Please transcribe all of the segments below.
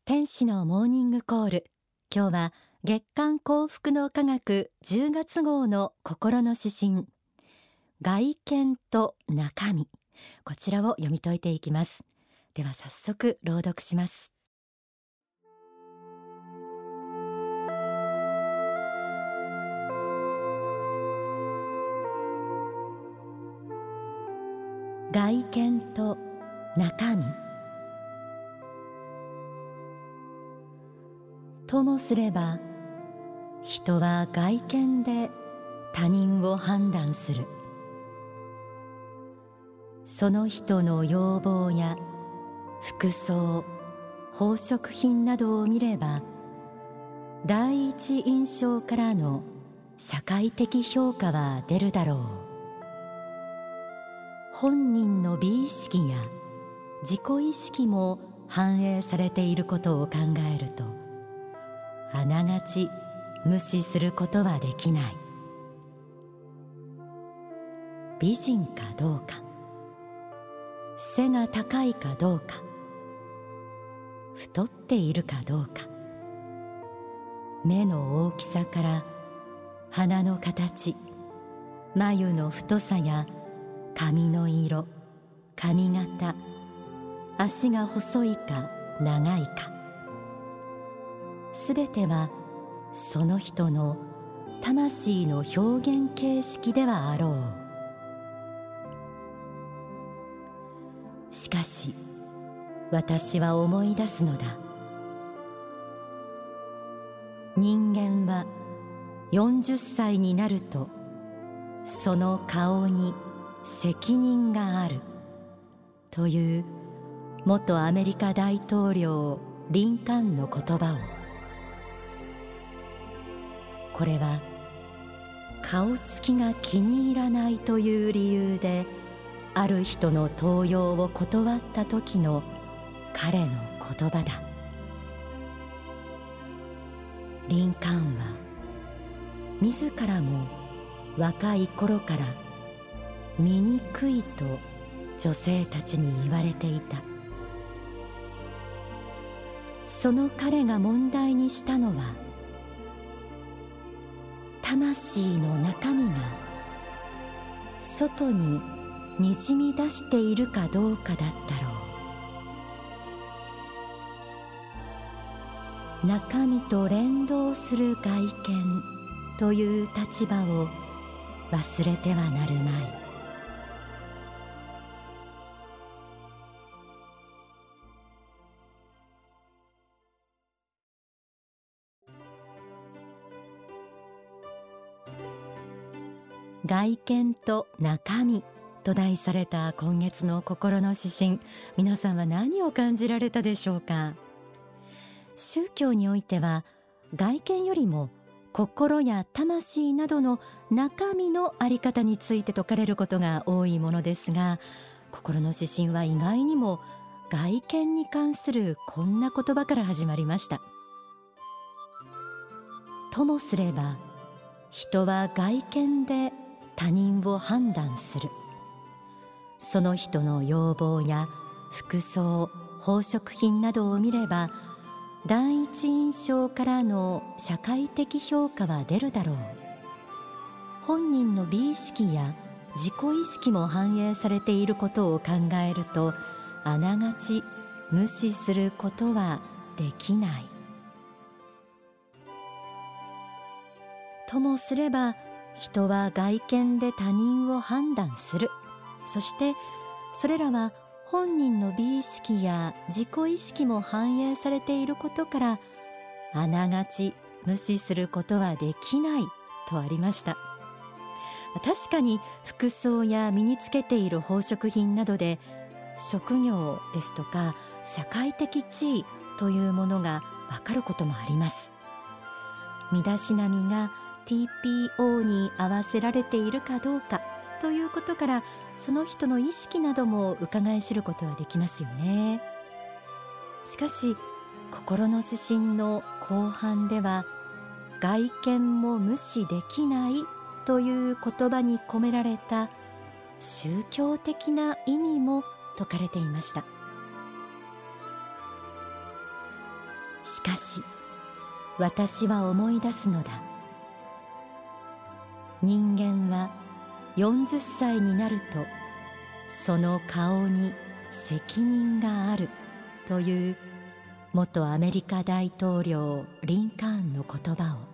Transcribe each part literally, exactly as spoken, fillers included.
天使のモーニングコール。今日は月刊幸福の科学じゅうがつ号の心の指針、外見と中身、こちらを読み解いていきます。では早速朗読します。外見と中身。ともすれば、人は外見で他人を判断する。その人の容貌や服装、宝飾品などを見れば、第一印象からの社会的評価は出るだろう。本人の美意識や自己意識も反映されていることを考えると、あながち無視することはできない。美人かどうか、背が高いかどうか、太っているかどうか、目の大きさから鼻の形、眉の太さや髪の色、髪型、足が細いか長いか、すべてはその人の魂の表現形式ではあろう。しかし私は思い出すのだ。人間はよんじゅっさいになるとその顔に責任があるという元アメリカ大統領リンカーンの言葉を、これは顔つきが気に入らないという理由である人の登用を断った時の彼の言葉だ。リンカーンは自らも若い頃から醜いと女性たちに言われていた。その彼が問題にしたのは、魂の中身が外ににじみ出しているかどうかだったろう。中身と連動する外見という立場を忘れてはなるまい。外見と中身と題された今月の心の指針、皆さんは何を感じられたでしょうか。宗教においては外見よりも心や魂などの中身の在り方について説かれることが多いものですが、心の指針は意外にも外見に関するこんな言葉から始まりました。ともすれば、人は外見で他人を判断する。その人の容貌や服装、宝飾品などを見れば、第一印象からの社会的評価は出るだろう。本人の美意識や自己意識も反映されていることを考えると、あながち無視することはできない。ともすれば、人は外見で他人を判断する。そしてそれらは本人の美意識や自己意識も反映されていることから、あながち無視することはできないとありました。確かに服装や身につけている宝飾品などで職業ですとか社会的地位というものがわかることもあります。身だしなみが ティーピーオー に合わせられているかどうかということから、その人の意識なども伺い知ることはできますよね。しかし心の指針の後半では、外見も無視できないという言葉に込められた宗教的な意味も説かれていました。 しかし私は思い出すのだ。人間はよんじゅっさいになるとその顔に責任があるという元アメリカ大統領リンカーンの言葉を、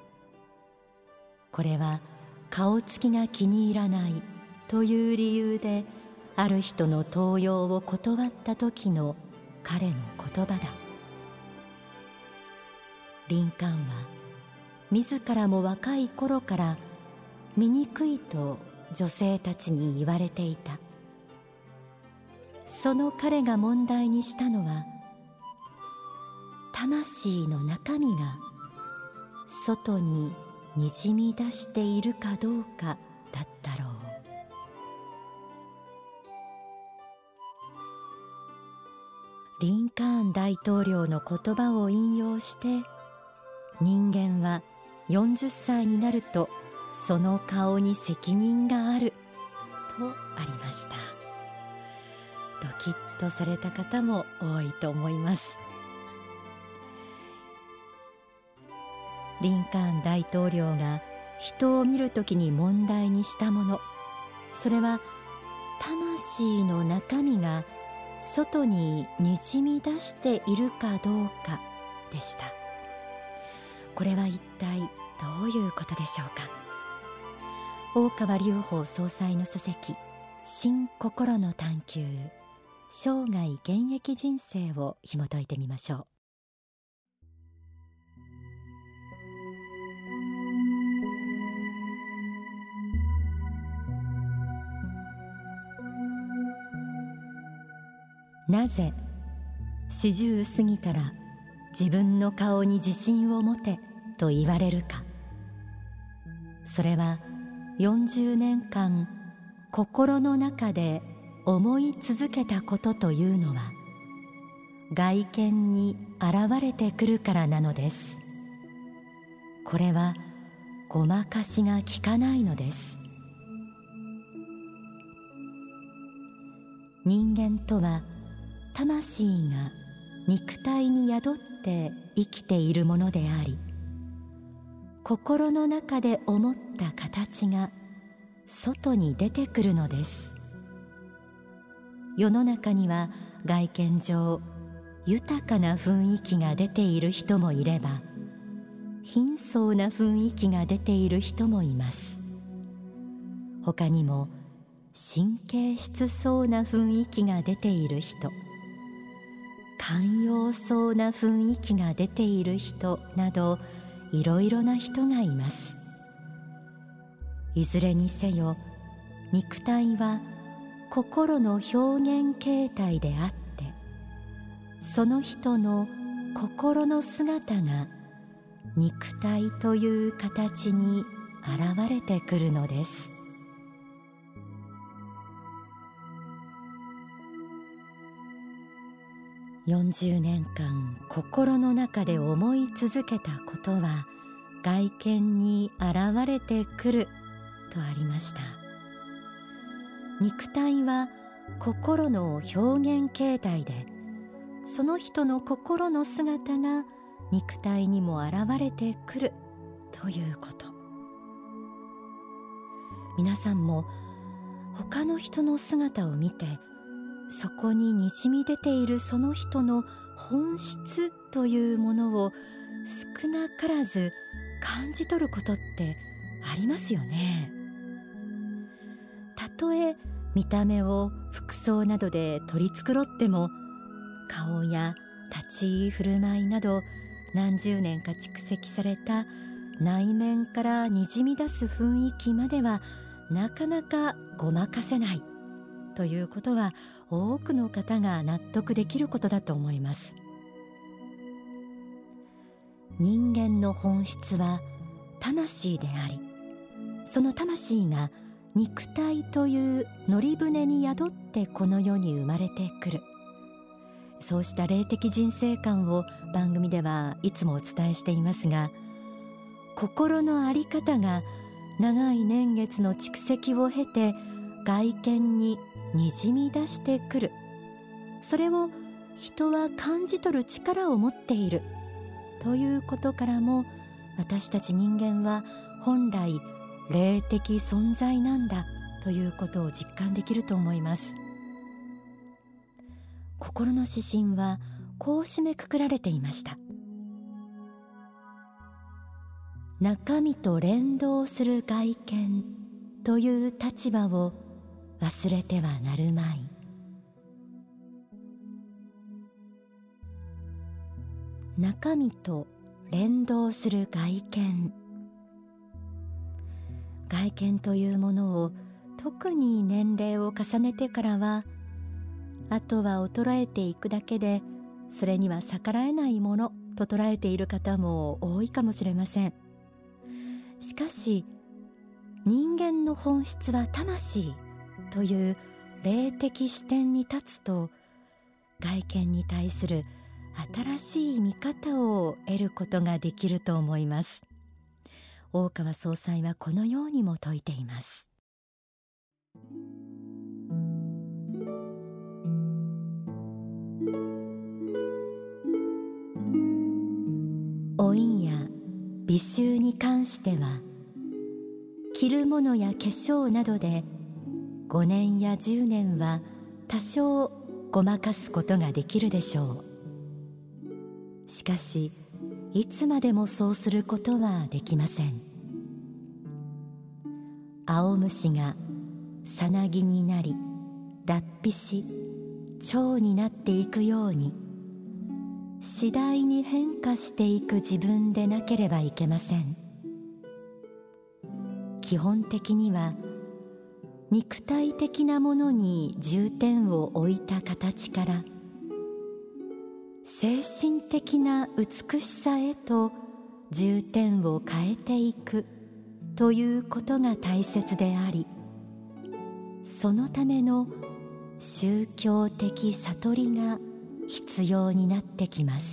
これは顔つきが気に入らないという理由である人の登用を断った時の彼の言葉だ。リンカーンは自らも若い頃から醜いと女性たちに言われていた。その彼が問題にしたのは、魂の中身が外ににじみ出しているかどうかだったろう。リンカーン大統領の言葉を引用して、人間はよんじゅっさいになるとその顔に責任があるとありました。ドキッとされた方も多いと思います。リンカーン大統領が人を見るときに問題にしたもの、それは魂の中身が外ににじみ出しているかどうかでした。これは一体どういうことでしょうか。大川隆法総裁の書籍新心の探求、生涯現役人生を紐解いてみましょう。なぜ四十過ぎたら自分の顔に自信を持てと言われるか。それはよんじゅうねんかん心の中で思い続けたことというのは外見に現れてくるからなのです。これはごまかしがきかないのです。人間とは魂が肉体に宿って生きているものであり、心の中で思った形が外に出てくるのです。世の中には外見上豊かな雰囲気が出ている人もいれば、貧相な雰囲気が出ている人もいます。他にも神経質そうな雰囲気が出ている人、寛容そうな雰囲気が出ている人など、いろいろな人がいます。いずれにせよ、肉体は心の表現形態であって、その人の心の姿が肉体という形に現れてくるのです。よんじゅうねんかん心の中で思い続けたことは外見に現れてくるとありました。肉体は心の表現形態で、その人の心の姿が肉体にも現れてくるということ。皆さんも他の人の姿を見て、そこににじみ出ているその人の本質というものを少なからず感じ取ることってありますよね。たとえ見た目を服装などで取り繕っても、顔や立ち居振る舞いなど何十年か蓄積された内面からにじみ出す雰囲気まではなかなかごまかせないということは、多くの方が納得できることだと思います。人間の本質は魂であり、その魂が肉体という乗り船に宿ってこの世に生まれてくる。そうした霊的人生観を番組ではいつもお伝えしていますが、心の在り方が長い年月の蓄積を経て外見ににじみ出してくる。それを人は感じ取る力を持っているということからも、私たち人間は本来霊的存在なんだということを実感できると思います。心の指針はこう締めくくられていました。中身と連動する外見という立場を忘れてはなるまい。中身と連動する外見。外見というものを特に年齢を重ねてからは、あとは衰えていくだけで、それには逆らえないものと捉えている方も多いかもしれません。しかし、人間の本質は魂という霊的視点に立つと、外見に対する新しい見方を得ることができると思います。大川総裁はこのようにも説いています。老いや美醜に関しては、着るものや化粧などでごねんやじゅうねんは多少ごまかすことができるでしょう。しかし、いつまでもそうすることはできません。青虫がさなぎになり、脱皮し蝶になっていくように、次第に変化していく自分でなければいけません。基本的には肉体的なものに重点を置いた形から、精神的な美しさへと重点を変えていくということが大切であり、そのための宗教的悟りが必要になってきます。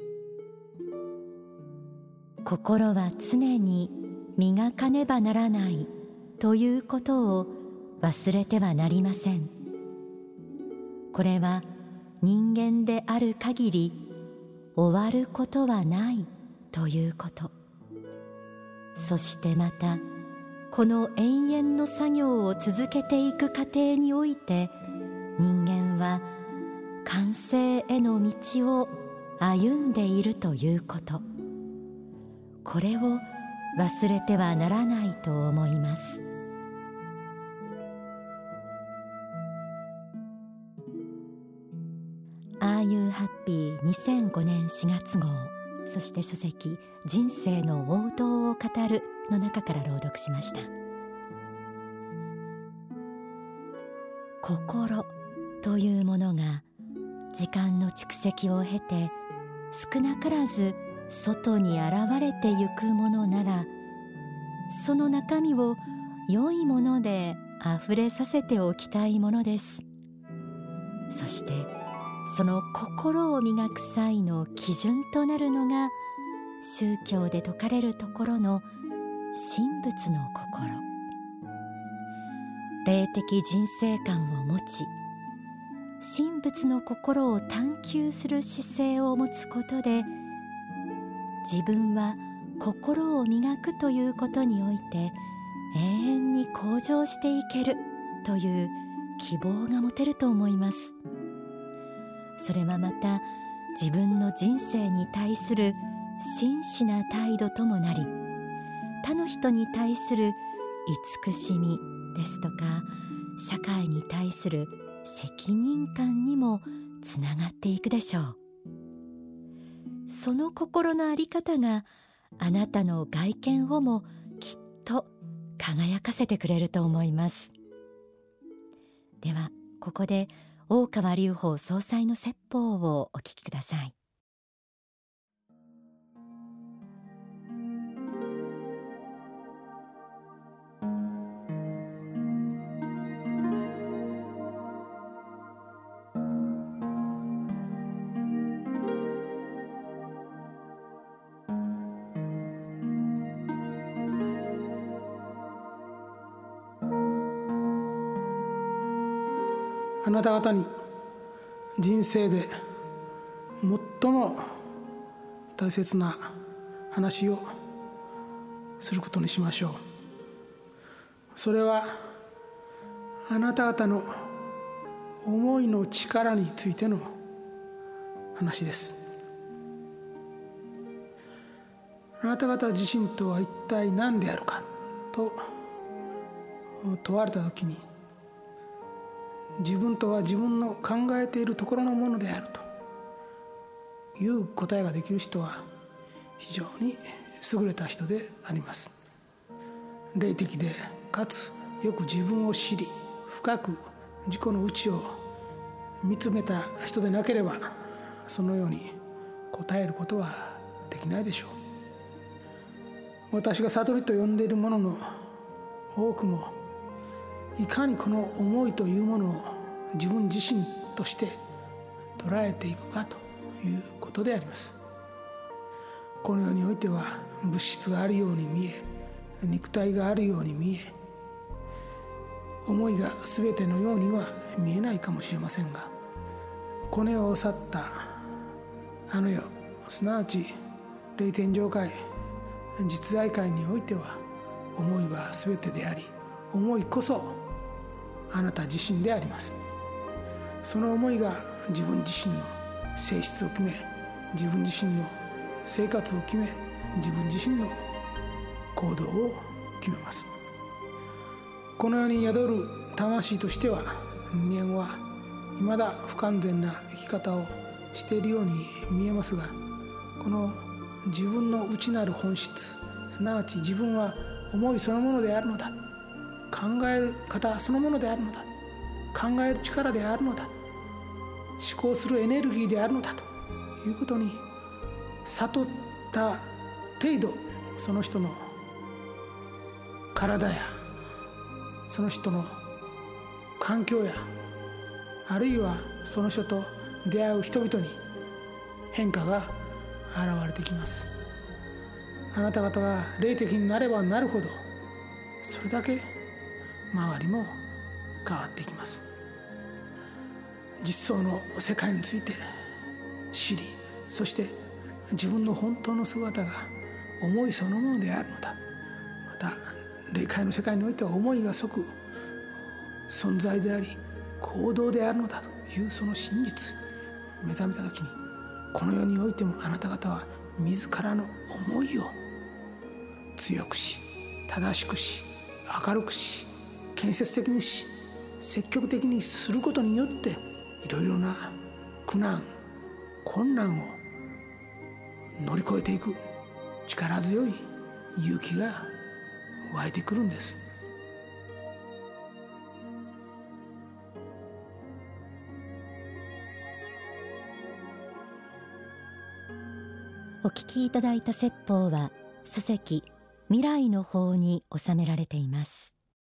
心は常に磨かねばならないということを忘れてはなりません。これは人間である限り終わることはないということ。そしてまた、この永遠の作業を続けていく過程において、人間は完成への道を歩んでいるということ。これを忘れてはならないと思います。Are You Happy にせんごねんしがつごう、そして書籍人生の王道を語るの中から朗読しました。心というものが時間の蓄積を経て、少なからず外に現れてゆくものなら、その中身を良いものであふれさせておきたいものです。そしてその心を磨く際の基準となるのが、宗教で説かれるところの神仏の心。霊的人生観を持ち、神仏の心を探求する姿勢を持つことで、自分は心を磨くということにおいて永遠に向上していけるという希望が持てると思います。それはまた自分の人生に対する真摯な態度ともなり、他の人に対する慈しみですとか、社会に対する責任感にもつながっていくでしょう。その心のあり方があなたの外見をもきっと輝かせてくれると思います。ではここで大川隆法総裁の説法をお聞きください。 あなた方に人生で最も大切な話をすることにしましょう。それはあなた方の思いの力についての話です。あなた方自身とは一体何であるかと問われたときに、自分とは自分の考えているところのものであるという答えができる人は非常に優れた人であります。霊的でかつよく自分を知り、深く自己の内を見つめた人でなければ、そのように答えることはできないでしょう。私が悟りと呼んでいるものの多くも、いかにこの思いというものを自分自身として捉えていくかということであります。この世においては物質があるように見え、肉体があるように見え、思いが全てのようには見えないかもしれませんが、この世を去ったあの世、すなわち霊天上界、実在界においては、思いは全てであり、思いこそあなた自身であります。その思いが自分自身の性質を決め、自分自身の生活を決め、自分自身の行動を決めます。この世に宿る魂としては、人間は未だ不完全な生き方をしているように見えますが、この自分の内なる本質、すなわち自分は思いそのものであるのだ、考える方そのものであるのだ、考える力であるのだ、思考するエネルギーであるのだということに悟った程度、その人の体やその人の環境や、あるいはその人と出会う人々に変化が現れてきます。あなた方が霊的になればなるほど、それだけ周りも変わってきます。実相の世界について知り、そして自分の本当の姿が思いそのものであるのだ。また霊界の世界においては思いが即存在であり行動であるのだというその真実に目覚めたときに、この世においてもあなた方は自らの思いを強くし、正しくし、明るくし、建設的にし、積極的にすることによって、いろいろな苦難、困難を乗り越えていく力強い勇気が湧いてくるんです。 お聞きいただいた説法は書籍未来の法に収められています。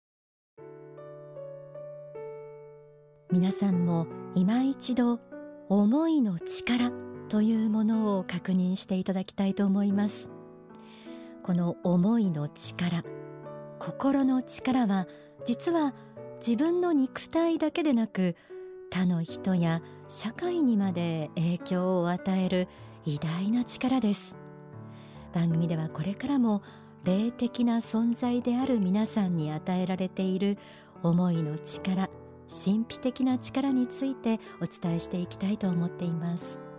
皆さんも今一度思いの力というものを確認していただきたいと思います。この思いの力、心の力は実は自分の肉体だけでなく、他の人や社会にまで影響を与える偉大な力です。番組ではこれからも霊的な存在である皆さんに与えられている思いの力、神秘的な力についてお伝えしていきたいと思っています。